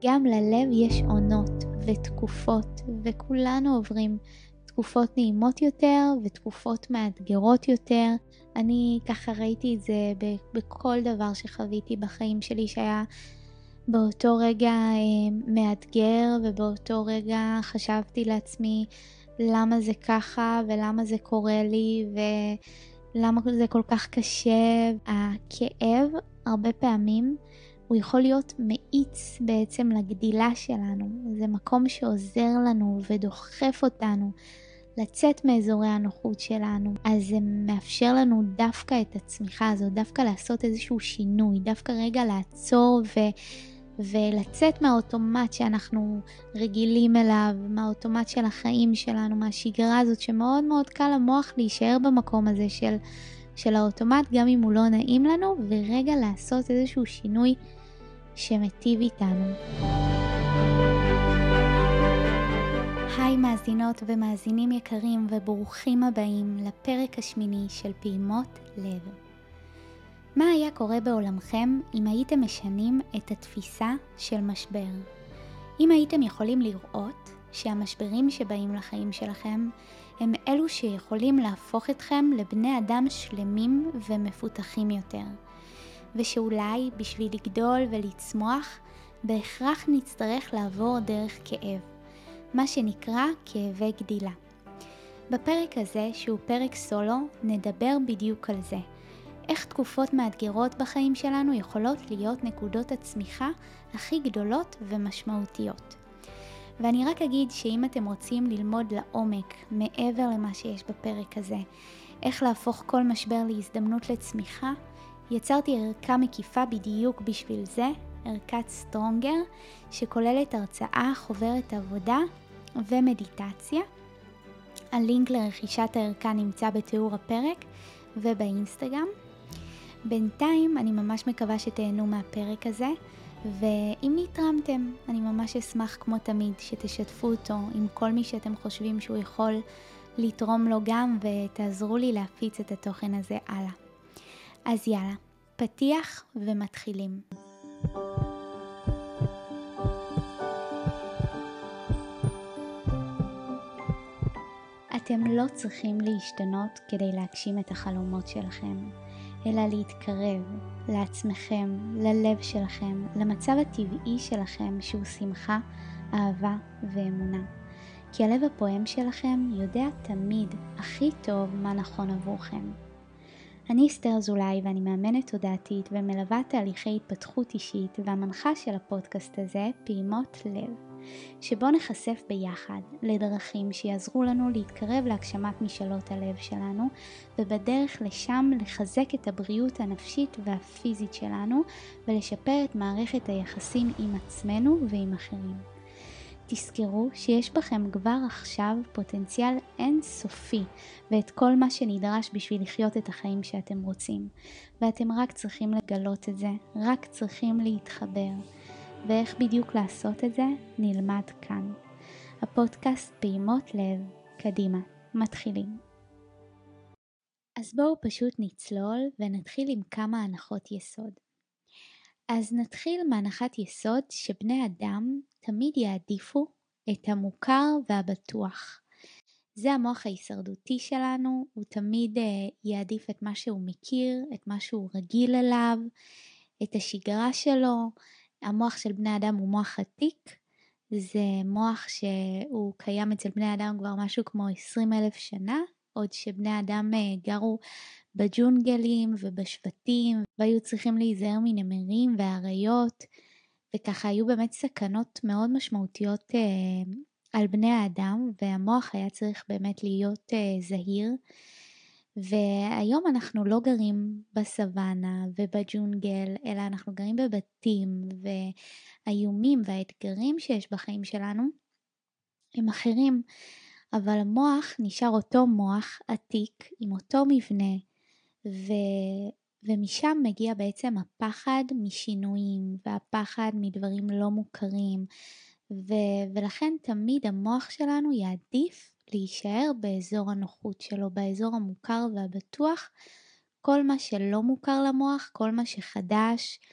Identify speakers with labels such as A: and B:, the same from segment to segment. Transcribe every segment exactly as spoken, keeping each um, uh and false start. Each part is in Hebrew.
A: גם ללב יש עונות ותקופות, וכולנו עוברים תקופות נעימות יותר ותקופות מאתגרות יותר. אני ככה ראיתי את זה ב- בכל דבר שחוויתי בחיים שלי, שהיה באותו רגע אה, מאתגר, ובאותו רגע חשבתי לעצמי למה זה ככה ולמה זה קורה לי ולמה זה כל כך קשה. הכאב הרבה פעמים הוא יכול להיות מאיץ בעצם לגדילה שלנו. זה מקום שעוזר לנו ודוחף אותנו לצאת מאזורי הנוחות שלנו. אז זה מאפשר לנו דווקא את הצמיחה הזאת, דווקא לעשות איזשהו שינוי, דווקא רגע לעצור ו... ולצאת מהאוטומט שאנחנו רגילים אליו, מהאוטומט של החיים שלנו, מהשגרה הזאת שמאוד מאוד קל למוח להישאר במקום הזה של, של האוטומט, גם אם הוא לא נעים לנו, ורגע לעשות איזשהו שינוי שמטיב איתנו. היי מאזינות ומאזינים יקרים, וברוכים הבאים לפרק השמיני של פעימות לב. מה היה קורה בעולמכם אם הייתם משנים את התפיסה של משבר? אם הייתם יכולים לראות שהמשברים שבאים לחיים שלכם הם אלו שיכולים להפוך אתכם לבני אדם שלמים ומפותחים יותר, ושאולי בשביל לגדול ולצמוח בהכרח נצטרך לעבור דרך כאב, מה שנקרא כאבי גדילה. בפרק הזה, שהוא פרק סולו, נדבר בדיוק על זה. איך תקופות מאתגרות בחיים שלנו יכולות להיות נקודות הצמיחה הכי גדולות ומשמעותיות. ואני רק אגיד שאם אתם רוצים ללמוד לעומק מעבר למה שיש בפרק הזה, איך להפוך כל משבר להזדמנות לצמיחה, יצרתי ערכה מקיפה בדיוק בשביל זה, ערכת סטרונגר, שכוללת הרצאה, חוברת עבודה ומדיטציה. הלינק לרכישת הערכה נמצא בתיאור הפרק ובאינסטגרם. בינתיים אני ממש מקווה שתהנו מהפרק הזה, ואם נתרמתם, אני ממש אשמח כמו תמיד שתשתפו אותו עם כל מי שאתם חושבים שהוא יכול לתרום לו גם, ותעזרו לי להפיץ את התוכן הזה הלאה. אז יאללה, פתיח ומתחילים. אתם לא צריכים להשתנות כדי להגשים את החלומות שלכם, אלא להתקרב לעצמכם, ללב שלכם, למצב הטבעי שלכם שהוא שמחה, אהבה ואמונה. כי הלב הפועם שלכם יודע תמיד הכי טוב מה נכון עבורכם. אני אסתר אזולאי ואני מאמנת תודעתית ומלווה תהליכי התפתחות אישית, והמנחה של הפודקאסט הזה, פעימות לב, שבו נחשף ביחד לדרכים שיעזרו לנו להתקרב להגשמת משאלות הלב שלנו, ובדרך לשם לחזק את הבריאות הנפשית והפיזית שלנו, ולשפר את מערכת היחסים עם עצמנו ועם אחרים. תזכרו שיש בכם כבר עכשיו פוטנציאל אינסופי, ואת כל מה שנדרש בשביל לחיות את החיים שאתם רוצים, ואתם רק צריכים לגלות את זה, רק צריכים להתחבר. ואיך בדיוק לעשות את זה נלמד כאן. הפודקאסט פעימות לב, קדימה, מתחילים. אז בואו פשוט נצלול ונתחיל עם כמה הנחות יסוד. אז נתחיל מהנחת יסוד שבני אדם תמיד יעדיפו את המוכר והבטוח. זה המוח ההישרדותי שלנו, הוא תמיד uh, יעדיף את מה שהוא מכיר, את מה שהוא רגיל אליו, את השגרה שלו. המוח של בני אדם הוא מוח עתיק, זה מוח שהוא קיים אצל בני אדם כבר משהו כמו עשרים אלף שנה, עוד שבני אדם גרו בג'ונגלים ובשבטים, והיו צריכים להיזהר מנמרים ואריות, וככה היו באמת סכנות מאוד משמעותיות אה, על בני האדם, והמוח היה צריך באמת להיות אה, זהיר. והיום אנחנו לא גרים בסוואנה ובג'ונגל, אלא אנחנו גרים בבתים, והאיומים והאתגרים שיש בחיים שלנו הם אחרים, אבל המוח נשאר אותו מוח עתיק עם אותו מבנה, ו... ומשם מגיע בעצם הפחד משינויים והפחד מדברים לא מוכרים, ו... ולכן תמיד המוח שלנו יעדיף להישאר באזור הנוחות שלו, באזור המוכר והבטוח. כל מה שלא מוכר למוח, כל מה שחדש,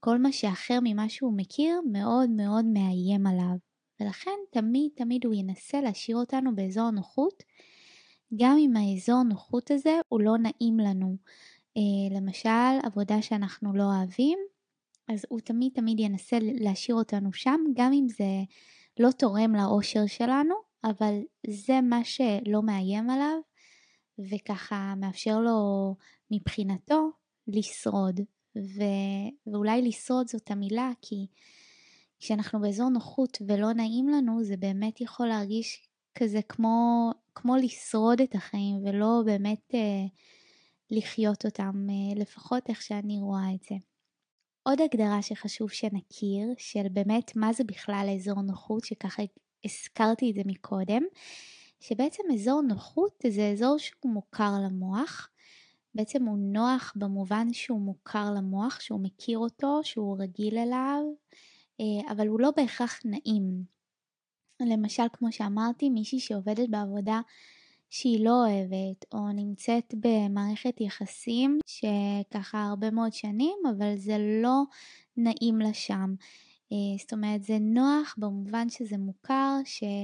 A: כל מה שאחר ממה שהוא מכיר מאוד מאוד מאיים עליו. ולכן תמיד תמיד הוא ינסה להשאיר אותנו באזור נוחות, גם אם האזור נוחות הזה הוא לא נעים לנו. אה, למשל, עבודה שאנחנו לא אוהבים, אז הוא תמיד תמיד ינסה להשאיר אותנו שם, גם אם זה לא תורם לאושר שלנו, אבל זה מה שלא מאיים עליו, וככה מאפשר לו מבחינתו לשרוד. ו... ואולי לשרוד זאת המילה, כי כשאנחנו באזור נוחות ולא נעים לנו, זה באמת יכול להרגיש כזה כמו, כמו לשרוד את החיים, ולא באמת אה, לחיות אותם, אה, לפחות איך שאני רואה את זה. עוד הגדרה שחשוב שנכיר, של באמת מה זה בכלל אזור נוחות, שככה הזכרתי את זה מקודם, שבעצם אזור נוחות זה אזור שהוא מוכר למוח, בעצם הוא נוח במובן שהוא מוכר למוח, שהוא מכיר אותו, שהוא רגיל אליו, אבל הוא לא בהכרח נעים. למשל, כמו שאמרתי, מישהי שעובדת בעבודה שהיא לא אוהבת, או נמצאת במערכת יחסים שככה הרבה מאוד שנים, אבל זה לא נעים לה שם. זאת אומרת, זה נוח במובן שזה מוכר,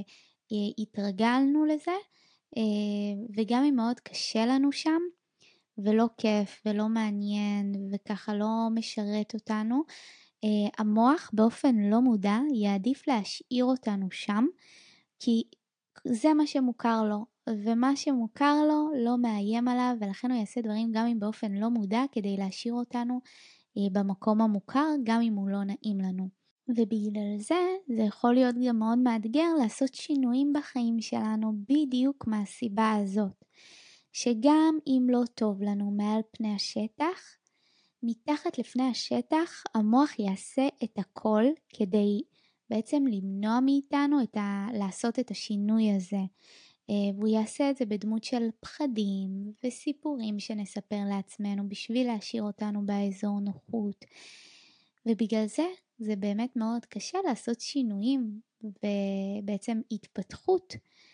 A: שהתרגלנו לזה, וגם אם מאוד קשה לנו שם, ולא כיף ולא מעניין, וככה לא משרת אותנו, המוח באופן לא מודע יעדיף להשאיר אותנו שם, כי זה מה שמוכר לו, ומה שמוכר לו לא מאיים עליו, ולכן הוא יעשה דברים גם אם באופן לא מודע, כדי להשאיר אותנו במקום המוכר, גם אם הוא לא נעים לנו. ובגלל זה, זה יכול להיות גם מאוד מאתגר לעשות שינויים בחיים שלנו, בדיוק מהסיבה הזאת. שגם אם לא טוב לנו מעל פני השטח, מתחת לפני השטח המוח יעשה את הכל כדי בעצם למנוע מאיתנו את ה... לעשות את השינוי הזה. והוא יעשה את זה בדמות של פחדים וסיפורים שנספר לעצמנו בשביל להשאיר אותנו באזור נוחות. ובגלל זה זה באמת מאוד קשה לעשות שינויים ובעצם התפתחות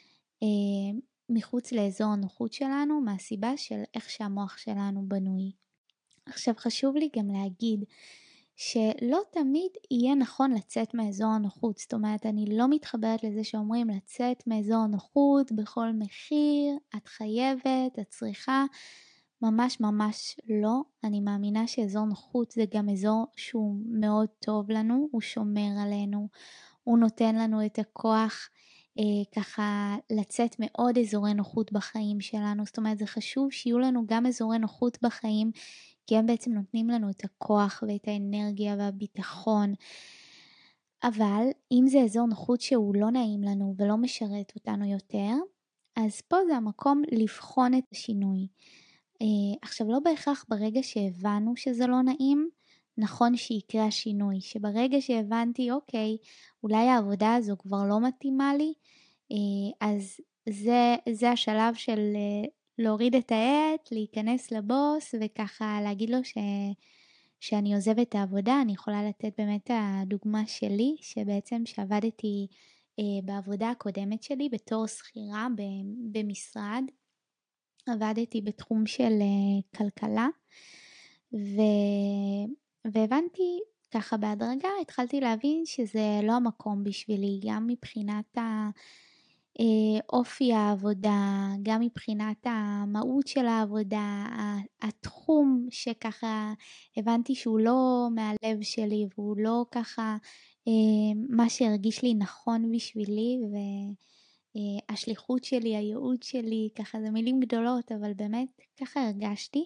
A: מחוץ לאזור הנוחות שלנו, מהסיבה של איך שהמוח שלנו בנוי. עכשיו חשוב לי גם להגיד שלא תמיד יהיה נכון לצאת מאזור הנוחות, זאת אומרת אני לא מתחברת לזה שאומרים לצאת מאזור הנוחות בכל מחיר, את חייבת, את צריכה, ממש ממש לא. אני מאמינה שאזור נוחות זה גם אזור שהוא מאוד טוב לנו, הוא שומר עלינו, הוא נותן לנו את הכוח אה, ככה לצאת מעוד אזורי נוחות בחיים שלנו, זאת אומרת זה חשוב שיהיו לנו גם אזורי נוחות בחיים, כי הם בעצם נותנים לנו את הכוח ואת האנרגיה והביטחון. אבל אם זה אזור נוחות שהוא לא נעים לנו ולא משרת אותנו יותר, אז פה זה המקום לבחון את השינוי. אה, עכשיו לא בהכרח ברגע שהבנו שזה לא נעים, נכון שיקרה השינוי, שברגע שהבנתי אוקיי, אולי העבודה הזו כבר לא מתאימה לי, אה, אז זה, זה השלב של אה, להוריד את העט, להיכנס לבוס וככה להגיד לו ש... שאני עוזבת את העבודה. אני יכולה לתת באמת הדוגמה שלי, שבעצם שעבדתי אה, בעבודה הקודמת שלי בתור שכירה במשרד, עבדתי בתחום של uh, כלכלה, ו... והבנתי ככה בהדרגה, התחלתי להבין שזה לא המקום בשבילי, גם מבחינת אופי העבודה, גם מבחינת המהות של העבודה, התחום שככה הבנתי שהוא לא מהלב שלי, והוא לא ככה מה שהרגיש לי נכון בשבילי, ו... השליחות שלי, הייעוד שלי, ככה זה מילים גדולות, אבל באמת ככה הרגשתי.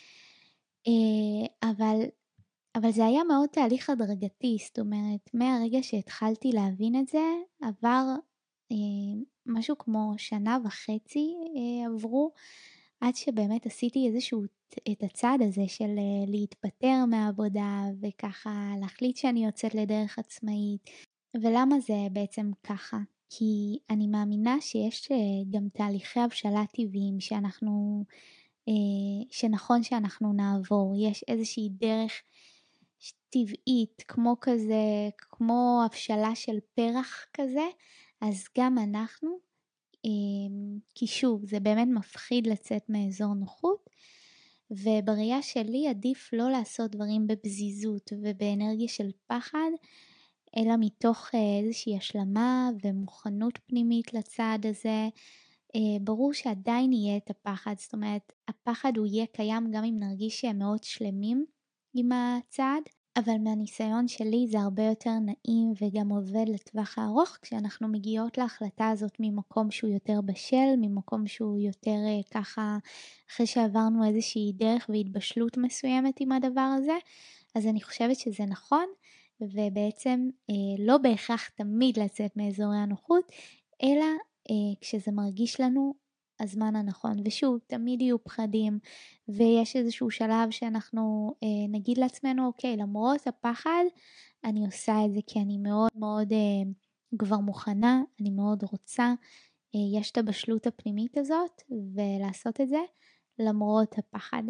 A: אבל, אבל זה היה מאוד תהליך הדרגתי, זאת אומרת, מהרגע שהתחלתי להבין את זה, עבר משהו כמו שנה וחצי עברו, עד שבאמת עשיתי איזשהו, את הצעד הזה של להתפטר מהעבודה, וככה להחליט שאני יוצאת לדרך עצמאית. ולמה זה בעצם ככה? כי אני מאמינה שיש גם תהליכי הבשלה טבעיים שאנחנו, שנכון שאנחנו נעבור. יש איזושהי דרך טבעית, כמו כזה, כמו הבשלה של פרח כזה, אז גם אנחנו, כי שוב, זה באמת מפחיד לצאת מאזור נוחות, ובראייה שלי עדיף לא לעשות דברים בפזיזות ובאנרגיה של פחד, אלא מתוך אה, איזושהי השלמה ומוכנות פנימית לצעד הזה. אה, ברור שעדיין יהיה את הפחד, זאת אומרת, הפחד הוא יהיה קיים גם אם נרגיש שהם מאוד שלמים עם הצעד, אבל מהניסיון שלי זה הרבה יותר נעים וגם עובד לטווח הארוך, כשאנחנו מגיעות להחלטה הזאת ממקום שהוא יותר בשל, ממקום שהוא יותר אה, ככה, אחרי שעברנו איזושהי דרך והתבשלות מסוימת עם הדבר הזה, אז אני חושבת שזה נכון, ובעצם אה, לא בהכרח תמיד לצאת מאזורי הנוחות, אלא אה, כשזה מרגיש לנו הזמן הנכון. ושוב, תמיד יהיו פחדים, ויש איזשהו שלב שאנחנו אה, נגיד לעצמנו, אוקיי, למרות הפחד, אני עושה את זה כי אני מאוד מאוד אה, כבר מוכנה, אני מאוד רוצה, אה, יש את הבשלות הפנימית הזאת, ולעשות את זה למרות הפחד.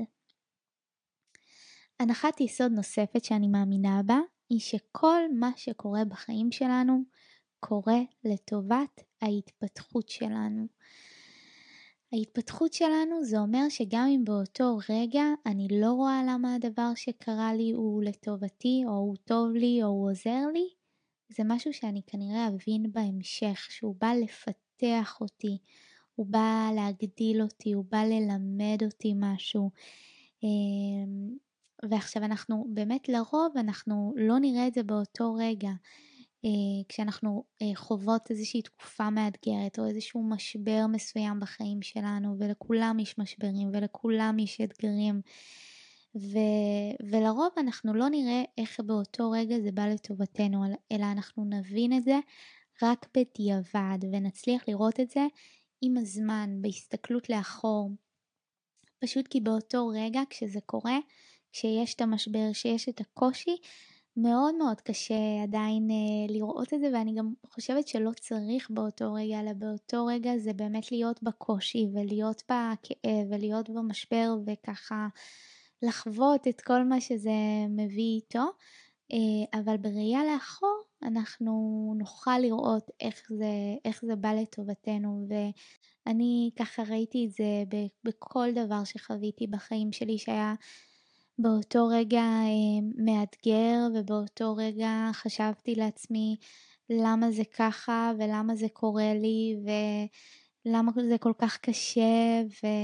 A: הנחת יסוד נוספת שאני מאמינה בה, היא שכל מה שקורה בחיים שלנו, קורה לטובת ההתפתחות שלנו. ההתפתחות שלנו זה אומר שגם אם באותו רגע אני לא רואה למה הדבר שקרה לי הוא לטובתי, או הוא טוב לי, או הוא עוזר לי, זה משהו שאני כנראה אבין בהמשך, שהוא בא לפתח אותי, הוא בא להגדיל אותי, הוא בא ללמד אותי משהו. אמ, ועכשיו אנחנו, באמת לרוב אנחנו לא נראה את זה באותו רגע. אה, כשאנחנו אה, חוות איזושהי תקופה מאתגרת או איזשהו משבר מסוים בחיים שלנו, ולכולם יש משברים ולכולם יש אתגרים, ו, ולרוב אנחנו לא נראה איך באותו רגע זה בא לטובתנו, אלא אנחנו נבין את זה רק בדיעבד, ונצליח לראות את זה עם הזמן, בהסתכלות לאחור. פשוט כי באותו רגע כשזה קורה, כשיש את המשבר, שיש את הקושי, מאוד מאוד קשה עדיין אה, לראות את זה, ואני גם חושבת שלא צריך באותו רגע, אלא באותו רגע זה באמת להיות בקושי, ולהיות בכאב, ולהיות במשבר, וככה לחוות את כל מה שזה מביא איתו. אה, אבל בראייה לאחור, אנחנו נוכל לראות איך זה, איך זה בא לטובתנו, ואני ככה ראיתי את זה ב- בכל דבר שחוויתי בחיים שלי, שהיה באותו רגע אה, מאתגר, ובאותו רגע חשבתי לעצמי למה זה ככה ולמה זה קורה לי ולמה זה כל כך קשה,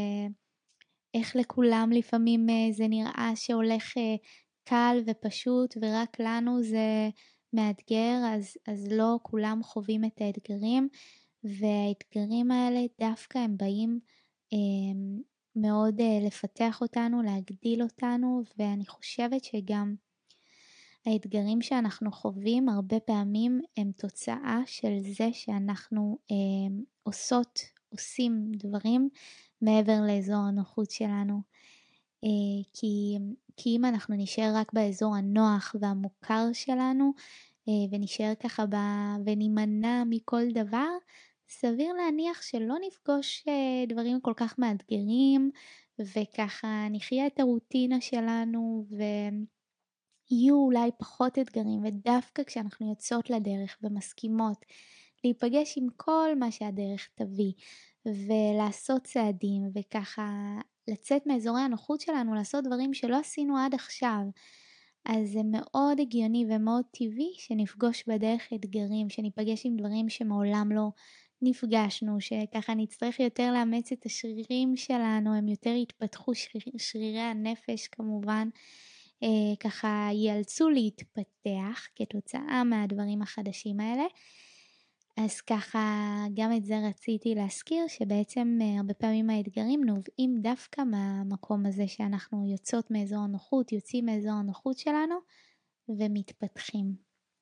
A: ואיך לכולם לפעמים אה, זה נראה שהולך אה, קל ופשוט ורק לנו זה מאתגר, אז, אז לא כולם חווים את האתגרים, והאתגרים האלה דווקא הם באים אה, מאוד uh, לפתח אותנו, להגדיל אותנו, ואני חושבת שגם האתגרים שאנחנו חווים הרבה פעמים הם תוצאה של זה שאנחנו uh, עושות, עושים דברים מעבר לאזור הנוחות שלנו. Uh, כי, כי אם אנחנו נשאר רק באזור הנוח והמוכר שלנו, uh, ונשאר ככה ב, ונימנע מכל דבר, סביר להניח שלא נפגוש uh, דברים כל כך מאתגרים, וככה נחיה את הרוטינה שלנו, ויהיו אולי פחות אתגרים, ודווקא כשאנחנו יוצאות לדרך ומסכימות להיפגש עם כל מה שהדרך תביא, ולעשות צעדים, וככה לצאת מאזורי הנוחות שלנו, לעשות דברים שלא עשינו עד עכשיו, אז זה מאוד הגיוני ומאוד טבעי שנפגוש בדרך אתגרים, שניפגש עם דברים שמעולם לא נפגשנו, שככה נצטרך יותר לאמץ את השרירים שלנו, הם יותר יתפתחו, שריר, שרירי הנפש כמובן, אה, ככה ייאלצו להתפתח כתוצאה מהדברים החדשים האלה. אז ככה גם את זה רציתי להזכיר, שבעצם אה, הרבה פעמים האתגרים נובעים דווקא מהמקום הזה שאנחנו יוצאות מאזור הנוחות, יוצאים מאזור הנוחות שלנו ומתפתחים.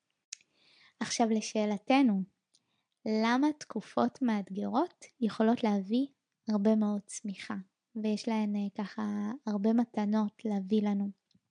A: עכשיו לשאלתנו, למה תקופות מאתגרות יכולות להביא הרבה מאוד צמיחה, ויש להן אה, ככה הרבה מתנות להביא לנו?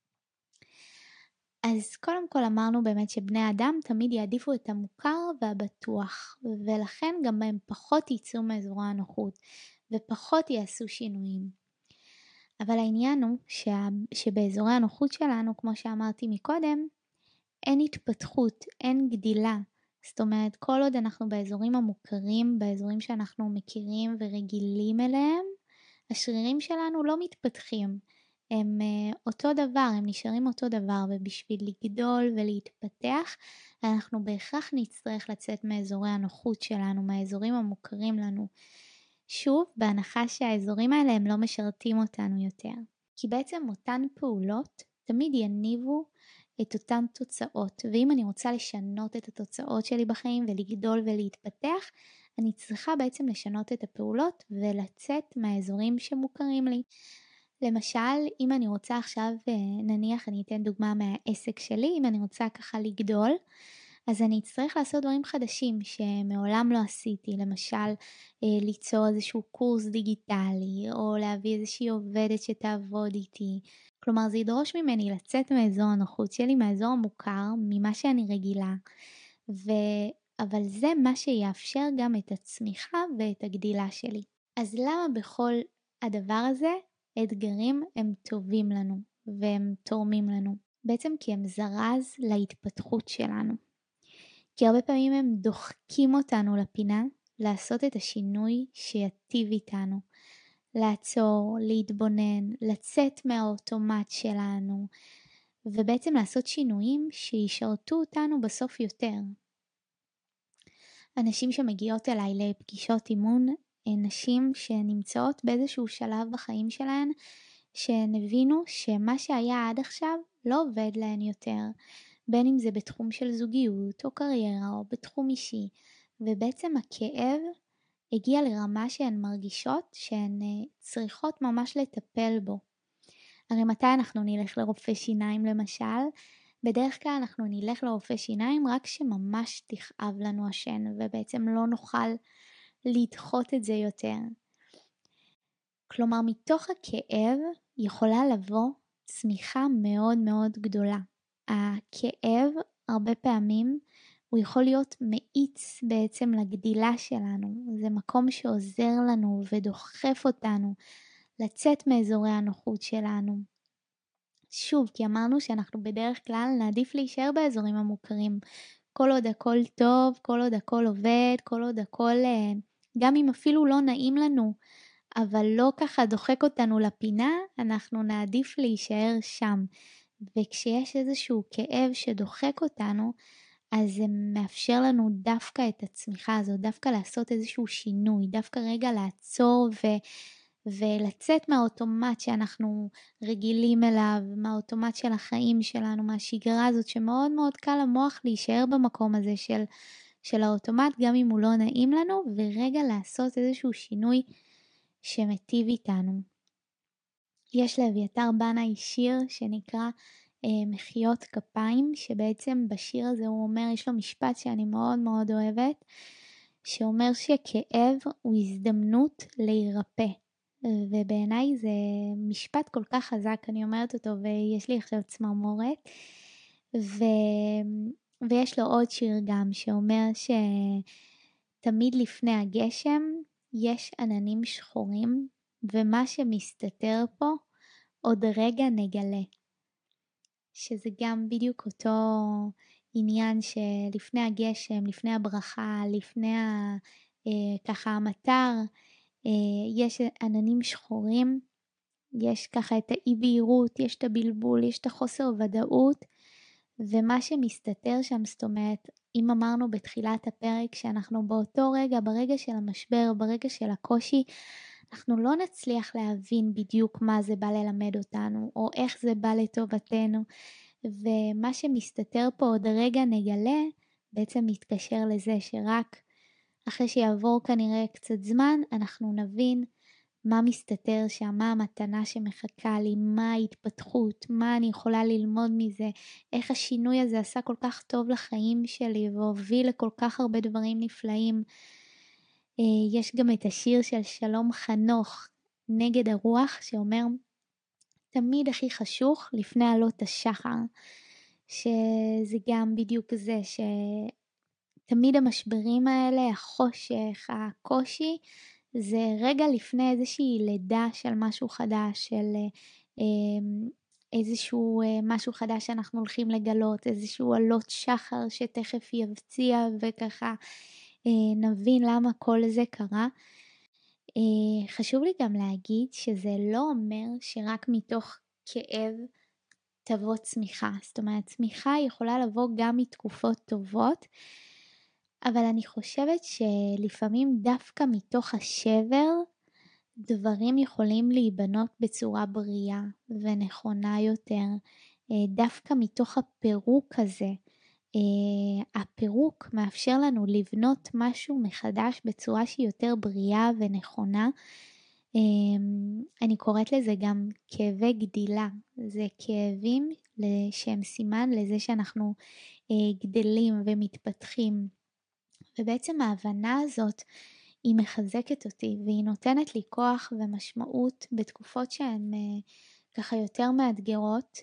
A: אז קודם כל אמרנו באמת שבני האדם תמיד יעדיפו את המוכר והבטוח, ולכן גם הם פחות ייצאו מאזורי הנוחות, ופחות יעשו שינויים. אבל העניין הוא שה... שבאזורי הנוחות שלנו, כמו שאמרתי מקודם, אין התפתחות, אין גדילה. זאת אומרת, כל עוד אנחנו באזורים המוכרים, באזורים שאנחנו מכירים ורגילים אליהם, השרירים שלנו לא מתפתחים. הם uh, אותו דבר, הם נשארים אותו דבר, ובשביל לגדול ולהתפתח, אנחנו בהכרח נצטרך לצאת מאזורי הנוחות שלנו, מהאזורים המוכרים לנו. שוב, בהנחה שהאזורים האלה הם לא משרתים אותנו יותר. כי בעצם אותן פעולות תמיד יניבו את אותן תוצאות, ואם אני רוצה לשנות את התוצאות שלי בחיים ולגדול ולהתפתח, אני צריכה בעצם לשנות את הפעולות ולצאת מהאזורים שמוכרים לי. למשל, אם אני רוצה עכשיו, נניח אני אתן דוגמה מהעסק שלי, אם אני רוצה ככה לגדול, אז אני אצטרך לעשות דברים חדשים שמעולם לא עשיתי, למשל ליצור איזשהו קורס דיגיטלי, או להביא איזושהי עובדת שתעבוד איתי. כלומר, זה ידרוש ממני לצאת מאזור הנוחות שלי, מהאזור המוכר, ממה שאני רגילה, ו... אבל זה מה שיאפשר גם את הצמיחה ואת הגדילה שלי. אז למה בכל הדבר הזה אתגרים הם טובים לנו והם תורמים לנו? בעצם כי הם זרז להתפתחות שלנו. כי הרבה פעמים הם דוחקים אותנו לפינה לעשות את השינוי שיטיב איתנו. לעצור, להתבונן, לצאת מהאוטומט שלנו, ובעצם לעשות שינויים שישרתו אותנו בסוף יותר. אנשים שמגיעות אליי לפגישות אימון, נשים שנמצאות באיזשהו שלב בחיים שלהן, שהן הבינו שמה שהיה עד עכשיו לא עובד להן יותר, בין אם זה בתחום של זוגיות או קריירה או בתחום אישי, ובעצם הכאב הגיע לרמה שהן מרגישות שהן צריכות ממש לטפל בו. הרי מתי אנחנו נלך לרופא שיניים למשל? בדרך כלל אנחנו נלך לרופא שיניים רק שממש תכאב לנו השן, ובעצם לא נוכל לדחות את זה יותר. כלומר, מתוך הכאב יכולה לבוא צמיחה מאוד מאוד גדולה. הכאב הרבה פעמים הוא יכול להיות מאיץ בעצם לגדילה שלנו. זה מקום שעוזר לנו ודוחף אותנו לצאת מאזורי הנוחות שלנו. שוב, כי אמרנו שאנחנו בדרך כלל נעדיף להישאר באזורים המוכרים. כל עוד הכל טוב, כל עוד הכל עובד, כל עוד הכל, גם אם אפילו לא נעים לנו, אבל לא ככה דוחק אותנו לפינה, אנחנו נעדיף להישאר שם. וכשיש איזשהו כאב שדוחק אותנו, אז זה מאפשר לנו דווקא את הצמיחה הזאת, דווקא לעשות איזשהו שינוי, דווקא רגע לעצור ו... ולצאת מהאוטומט שאנחנו רגילים אליו, מהאוטומט של החיים שלנו, מהשגרה הזאת שמאוד מאוד קל למוח להישאר במקום הזה של, של האוטומט, גם אם הוא לא נעים לנו, ורגע לעשות איזשהו שינוי שמטיב איתנו. יש לאביתר בנאי שיר שנקרא אה, מחיאות כפיים, שבעצם בשיר הזה הוא אומר, יש לו משפט שאני מאוד מאוד אוהבת, שאומר שכאב הוא הזדמנות להירפא. ובעיניי זה משפט כל כך חזק, אני אומרת אותו ויש לי עכשיו צמרמורת. ו... ויש לו עוד שיר גם שאומר שתמיד לפני הגשם יש עננים שחורים, ומה שמסתתר פה עוד רגע נגלה. שזה גם בדיוק אותו עניין שלפני הגשם, לפני הברכה, לפני ה... ככה המטר, יש עננים שחורים, יש ככה את האי בהירות, יש את הבלבול, יש את החוסר ודאות, ומה שמסתתר שם, זאת אומרת, אם אמרנו בתחילת הפרק שאנחנו באותו רגע, ברגע של המשבר, ברגע של הקושי, אנחנו לא נצליח להבין בדיוק מה זה בא ללמד אותנו, או איך זה בא לטובתנו, ומה שמסתתר פה עוד רגע נגלה, בעצם מתקשר לזה שרק אחרי שיעבור כנראה קצת זמן, אנחנו נבין מה מסתתר שם, מה המתנה שמחכה לי, מה ההתפתחות, מה אני יכולה ללמוד מזה, איך השינוי הזה עשה כל כך טוב לחיים שלי, והוביל לכל כך הרבה דברים נפלאים. יש גם את השיר של שלום חנוך, נגד הרוח, שאומר, תמיד הכי חשוך לפני עלות השחר, שזה גם בדיוק זה, שתמיד המשברים האלה, החושך, הקושי, זה רגע לפני איזושהי לידה של משהו חדש, של איזשהו משהו חדש שאנחנו הולכים לגלות, איזשהו עלות שחר שתכף יבציע וככה נבין למה כל זה קרה. חשוב לי גם להגיד שזה לא אומר שרק מתוך כאב תבוא צמיחה. זאת אומרת, צמיחה יכולה לבוא גם מתקופות טובות, אבל אני חושבת שלפעמים דווקא מתוך השבר, דברים יכולים להיבנות בצורה בריאה ונכונה יותר, דווקא מתוך הפירוק הזה. הפירוק מאפשר לנו לבנות משהו מחדש בצורה שהיא יותר בריאה ונכונה. אני קוראת לזה גם כאבי גדילה, זה כאבים שהם סימן לזה שאנחנו גדלים ומתפתחים, ובעצם ההבנה הזאת היא מחזקת אותי והיא נותנת לי כוח ומשמעות בתקופות שהן ככה יותר מאתגרות.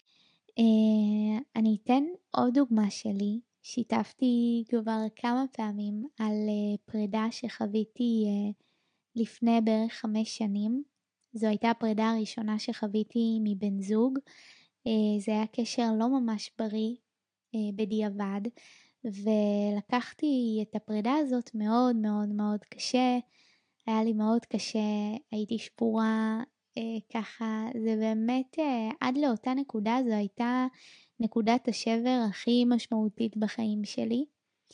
A: אני אתן עוד דוגמה שלי, שיתפתי כבר כמה פעמים על פרידה שחוויתי לפני בערך חמש שנים. זו הייתה הפרידה הראשונה שחוויתי מבן זוג. זה היה קשר לא ממש בריא בדיעבד, ולקחתי את הפרידה הזאת מאוד מאוד מאוד קשה. היה לי מאוד קשה, הייתי שבורה ככה. זה באמת עד לאותה נקודה, זו הייתה נקודת השבר הכי משמעותית בחיים שלי,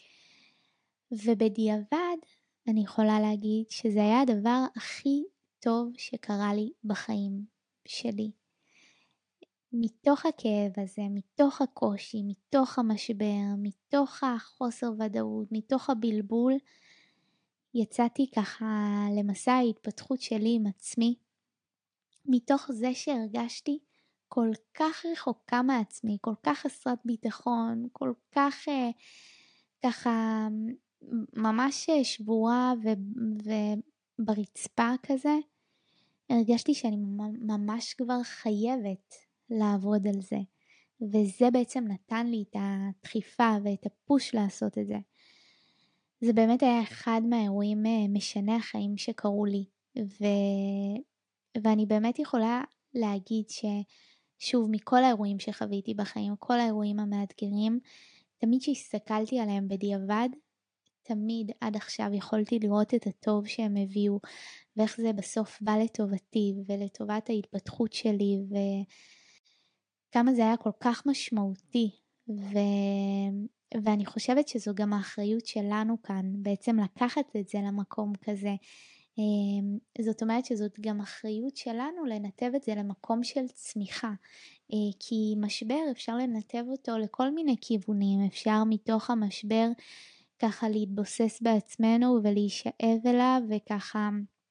A: ובדיעבד אני יכולה להגיד שזה היה הדבר הכי טוב שקרה לי בחיים שלי. מתוך הכאב הזה, מתוך הקושי, מתוך המשבר, מתוך החוסר ודאות, מתוך הבלבול, יצאתי ככה למסע ההתפתחות שלי עם עצמי, מתוך זה שהרגשתי כל כך רחוקה מעצמי, כל כך חסרת ביטחון, כל כך ככה ממש שבורה ו- וברצפה כזה. הרגשתי שאני ממש כבר חייבת לעבוד על זה, וזה בעצם נתן לי את הדחיפה ואת הפוש לעשות את זה. זה באמת היה אחד מהאירועים משני החיים שקרו לי, ו... ואני באמת יכולה להגיד ששוב, מכל האירועים שחוויתי בחיים, כל האירועים המאתגרים, תמיד שהסתכלתי עליהם בדיעבד, תמיד עד עכשיו יכולתי לראות את הטוב שהם הביאו, ואיך זה בסוף בא לטובתי ולטובת ההתפתחות שלי, וכמה זה היה כל כך משמעותי. ו... ואני חושבת שזו גם האחריות שלנו כאן, בעצם לקחת את זה למקום כזה. זאת אומרת שזאת גם אחריות שלנו לנתב את זה למקום של צמיחה, כי משבר אפשר לנתב אותו לכל מיני כיוונים. אפשר מתוך המשבר ככה להתבוסס בעצמנו ולהישאב אליו, וככה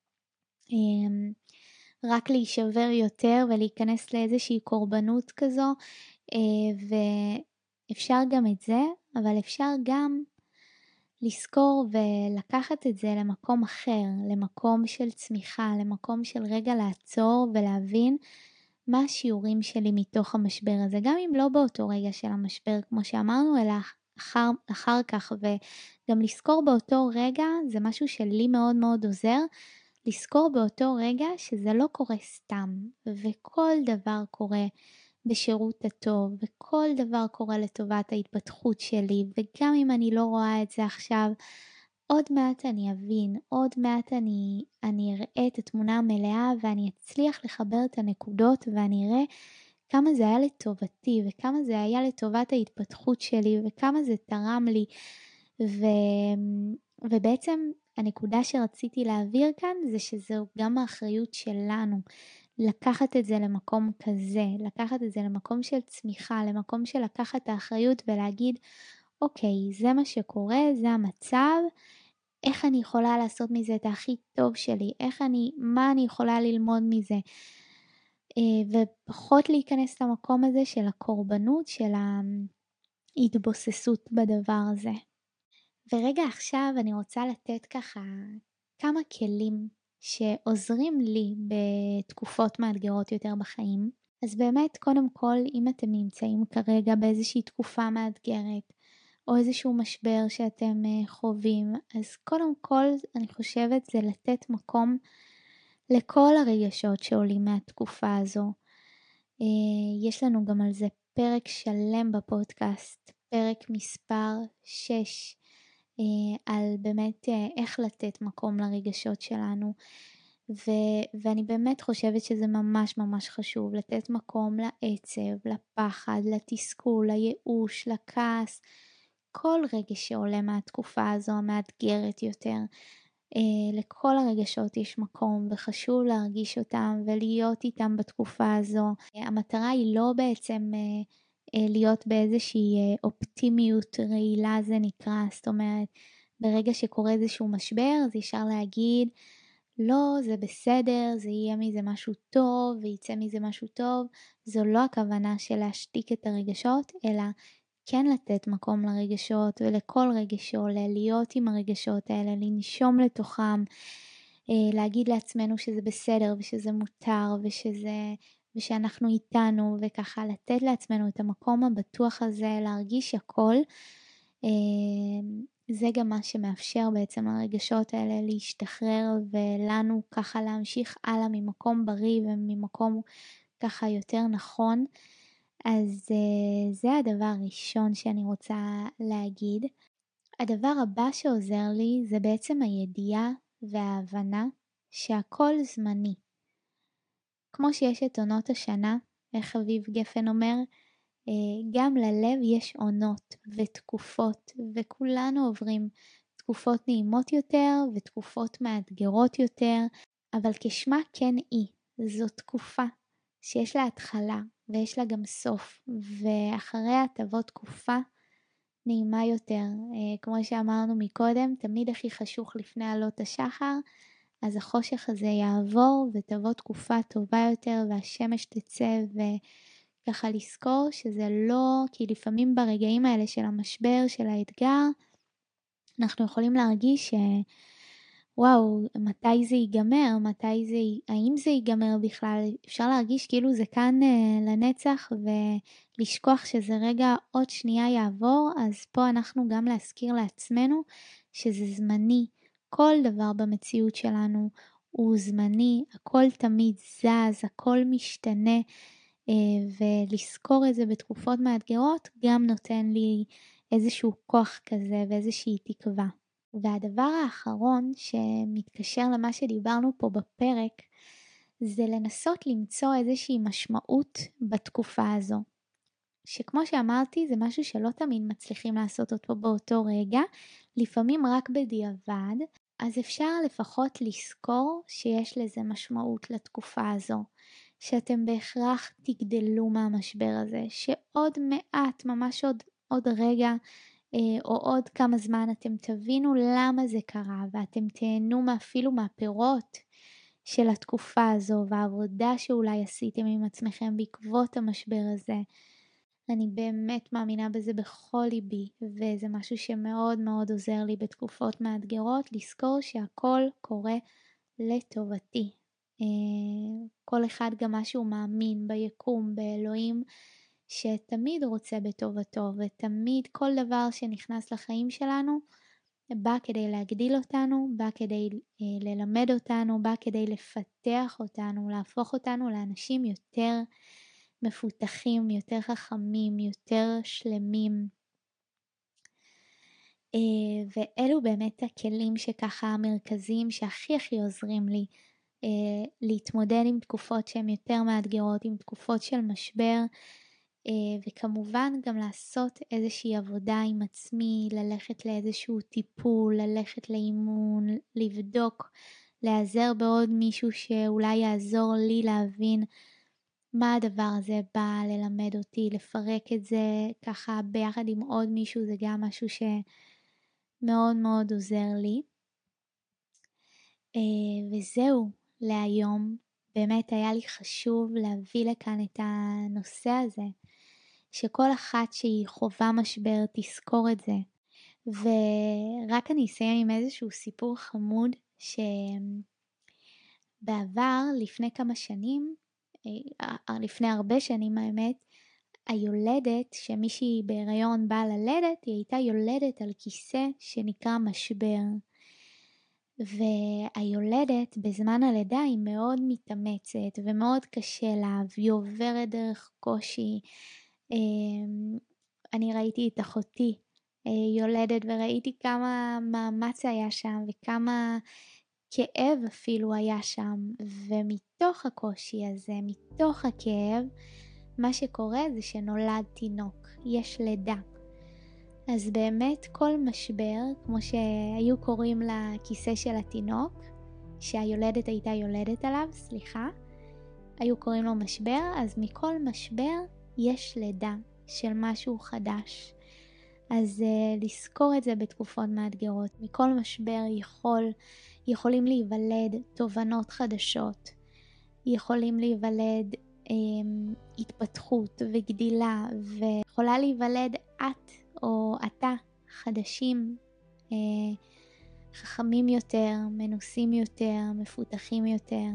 A: רק להישבר יותר ולהיכנס לאיזושהי קורבנות כזו, ואפשר גם את זה, אבל אפשר גם לזכור ולקחת את זה למקום אחר, למקום של צמיחה, למקום של רגע לעצור ולהבין מה השיעורים שלי מתוך המשבר הזה, גם אם לא באותו רגע של המשבר כמו שאמרנו, אלא אחר, אחר כך, וגם לזכור באותו רגע, זה משהו שלי מאוד מאוד עוזר, לזכור באותו רגע שזה לא קורה סתם, וכל דבר קורה בשירות הטוב, וכל דבר קורה לטובת ההתפתחות שלי, וגם אם אני לא רואה את זה עכשיו, עוד מעט אני אבין, עוד מעט אני, אני אראה את התמונה המלאה, ואני אצליח לחבר את הנקודות, ואני אראה כמה זה היה לטובתי, וכמה זה היה לטובת ההתפתחות שלי, וכמה זה תרם לי. ו... ובעצם הנקודה שרציתי להעביר כאן, זה שזו גם האחריות שלנו, לקחת את זה למקום כזה, לקחת את זה למקום של צמיחה, למקום של לקחת את האחריות ולהגיד, אוקיי, זה מה שקורה, זה המצב, איך אני יכולה לעשות מזה את הכי טוב שלי, איך אני, מה אני יכולה ללמוד מזה, ופחות להיכנס למקום הזה של הקורבנות, של ההתבוססות בדבר הזה. ורגע עכשיו אני רוצה לתת ככה כמה כלים שעוזרים לי בתקופות מאתגרות יותר בחיים. אז באמת, קודם כל, אם אתם נמצאים כרגע באיזושהי תקופה מאתגרת, או איזשהו משבר שאתם חווים, אז קודם כל אני חושבת זה לתת מקום לכל הרגשות שעולים מהתקופה הזו. יש לנו גם על זה פרק שלם בפודקאסט, פרק מספר שש, על באמת איך לתת מקום לרגשות שלנו. ו- ואני באמת חושבת שזה ממש ממש חשוב לתת מקום לעצב, לפחד, לתסכול, לייאוש, לכעס, כל רגש שעולה מהתקופה הזו המאתגרת יותר. אה, לכל הרגשות יש מקום וחשוב להרגיש אותם ולהיות איתם בתקופה הזו. אה, המטרה היא לא בעצם אה, אה, להיות באיזושהי אה, אופטימיות רעילה זה נקרא, זאת אומרת ברגע שקורה איזשהו משבר אז ישר להגיד לא זה בסדר, זה יהיה מזה משהו טוב ויצא מזה משהו טוב, זו לא הכוונה של להשתיק את הרגשות אלא כן לתת מקום לרגשות ולכל רגש שעולה, להיות עם הרגשות האלה, לנשום לתוכם, אה, להגיד לעצמנו שזה בסדר ושזה מותר ושזה, ושאנחנו איתנו וככה לתת לעצמנו את המקום הבטוח הזה, להרגיש הכל. אה, זה גם מה שמאפשר בעצם הרגשות האלה להשתחרר ולנו ככה להמשיך הלאה ממקום בריא וממקום ככה יותר נכון. אז uh, זה הדבר הראשון שאני רוצה להגיד. הדבר הבא שעוזר לי זה בעצם הידיעה וההבנה שהכל זמני. כמו שיש את עונות השנה, איך אביב גפן אומר, uh, גם ללב יש עונות ותקופות, וכולנו עוברים תקופות נעימות יותר ותקופות מאתגרות יותר, אבל כשמה כן היא, זו תקופה שיש לה התחלה ויש לה גם סוף, ואחריה תבוא תקופה נעימה יותר. אה, כמו שאמרנו מקודם, תמיד הכי חשוך לפני עלות השחר, אז החושך הזה יעבור ותבוא תקופה טובה יותר והשמש תצא, וככה לזכור שזה לא, כי לפעמים ברגעים האלה של המשבר, של האתגר, אנחנו יכולים להרגיש ש... וואו, מתי זה ייגמר? מתי זה, האם זה ייגמר בכלל? אפשר להרגיש כאילו זה כאן uh, לנצח ולשכוח שזה רגע עוד שנייה יעבור, אז פה אנחנו גם להזכיר לעצמנו שזה זמני. כל דבר במציאות שלנו הוא זמני, הכל תמיד זז, הכל משתנה, uh, ולזכור את זה בתקופות מאתגרות גם נותן לי איזשהו כוח כזה ואיזושהי תקווה. והדבר האחרון שמתקשר למה שדיברנו פה בפרק, זה לנסות למצוא איזושהי משמעות בתקופה הזו. שכמו שאמרתי, זה משהו שלא תמיד מצליחים לעשות אותו באותו רגע, לפעמים רק בדיעבד, אז אפשר לפחות לזכור שיש לזה משמעות לתקופה הזו. שאתם בהכרח תגדלו מהמשבר הזה, שעוד מעט, ממש עוד, עוד רגע, או עוד כמה זמן אתם תבינו למה זה קרה ואתם תהנו אפילו מהפירות של התקופה הזו והעבודה שאולי עשיתם עם עצמכם בעקבות המשבר הזה. אני באמת מאמינה בזה בכל ליבי, וזה משהו שמאוד מאוד עוזר לי בתקופות מאתגרות, לזכור שהכל קורה לטובתי. כל אחד גם מה שהוא מאמין ביקום, באלוהים, שתמיד רוצה בטובתו, ותמיד כל דבר שנכנס לחיים שלנו, בא כדי להגדיל אותנו, בא כדי אה, ללמד אותנו, בא כדי לפתח אותנו, להפוך אותנו לאנשים יותר מפותחים, יותר חכמים, יותר שלמים. אה, ואלו באמת הכלים שככה המרכזיים שהכי הכי עוזרים לי אה, להתמודד עם תקופות שהן יותר מאתגרות, עם תקופות של משבר, אה, וכמובן גם לעשות איזושהי עבודה עם עצמי, ללכת לאיזשהו טיפול, ללכת לאימון, לבדוק, להיעזר בעוד מישהו שאולי יעזור לי להבין מה הדבר הזה בא ללמד אותי, לפרק את זה ככה ביחד עם עוד מישהו, זה גם משהו שמאוד מאוד עוזר לי. אה, וזהו להיום, באמת היה לי חשוב להביא לכאן את הנושא הזה, שכל אחת שהיא חובה משבר תזכור את זה. ורק אני אסיים עם איזשהו סיפור חמוד, שבעבר, לפני כמה שנים, לפני הרבה שנים האמת, היולדת, שמישהי בהיריון באה ללדת, היא הייתה יולדת על כיסא שנקרא משבר. והיולדת בזמן הלידה היא מאוד מתאמצת ומאוד קשה לה, והיא עוברת דרך קושי. אני ראיתי את אחותי יולדת וראיתי כמה מאמץ היה שם וכמה כאב אפילו היה שם, ומתוך הקושי הזה, מתוך הכאב, מה שקורה זה שנולד תינוק, יש לידה. אז באמת כל משבר, כמו שהיו קוראים לכיסא של התינוק, שהיולדת הייתה יולדת עליו, סליחה, היו קוראים לו משבר, אז מכל משבר יש לידה של משהו חדש. אז uh, לזכור את זה בתקופות מאתגרות. מכל משבר יכול, יכולים להיוולד תובנות חדשות, יכולים להיוולד um, התפתחות וגדילה, ויכולה להיוולד את או אתה חדשים, uh, חכמים יותר, מנוסים יותר, מפותחים יותר.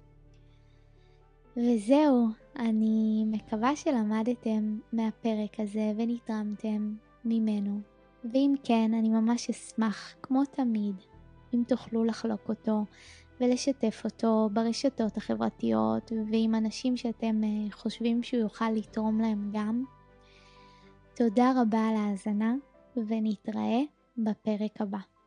A: וזהו, אני מקווה שלמדתם מהפרק הזה ונתרמתם ממנו. ואם כן, אני ממש אשמח, כמו תמיד, אם תוכלו לחלוק אותו ולשתף אותו ברשתות החברתיות ועם אנשים שאתם חושבים שהוא יוכל לתרום להם גם. תודה רבה על ההאזנה ונתראה בפרק הבא.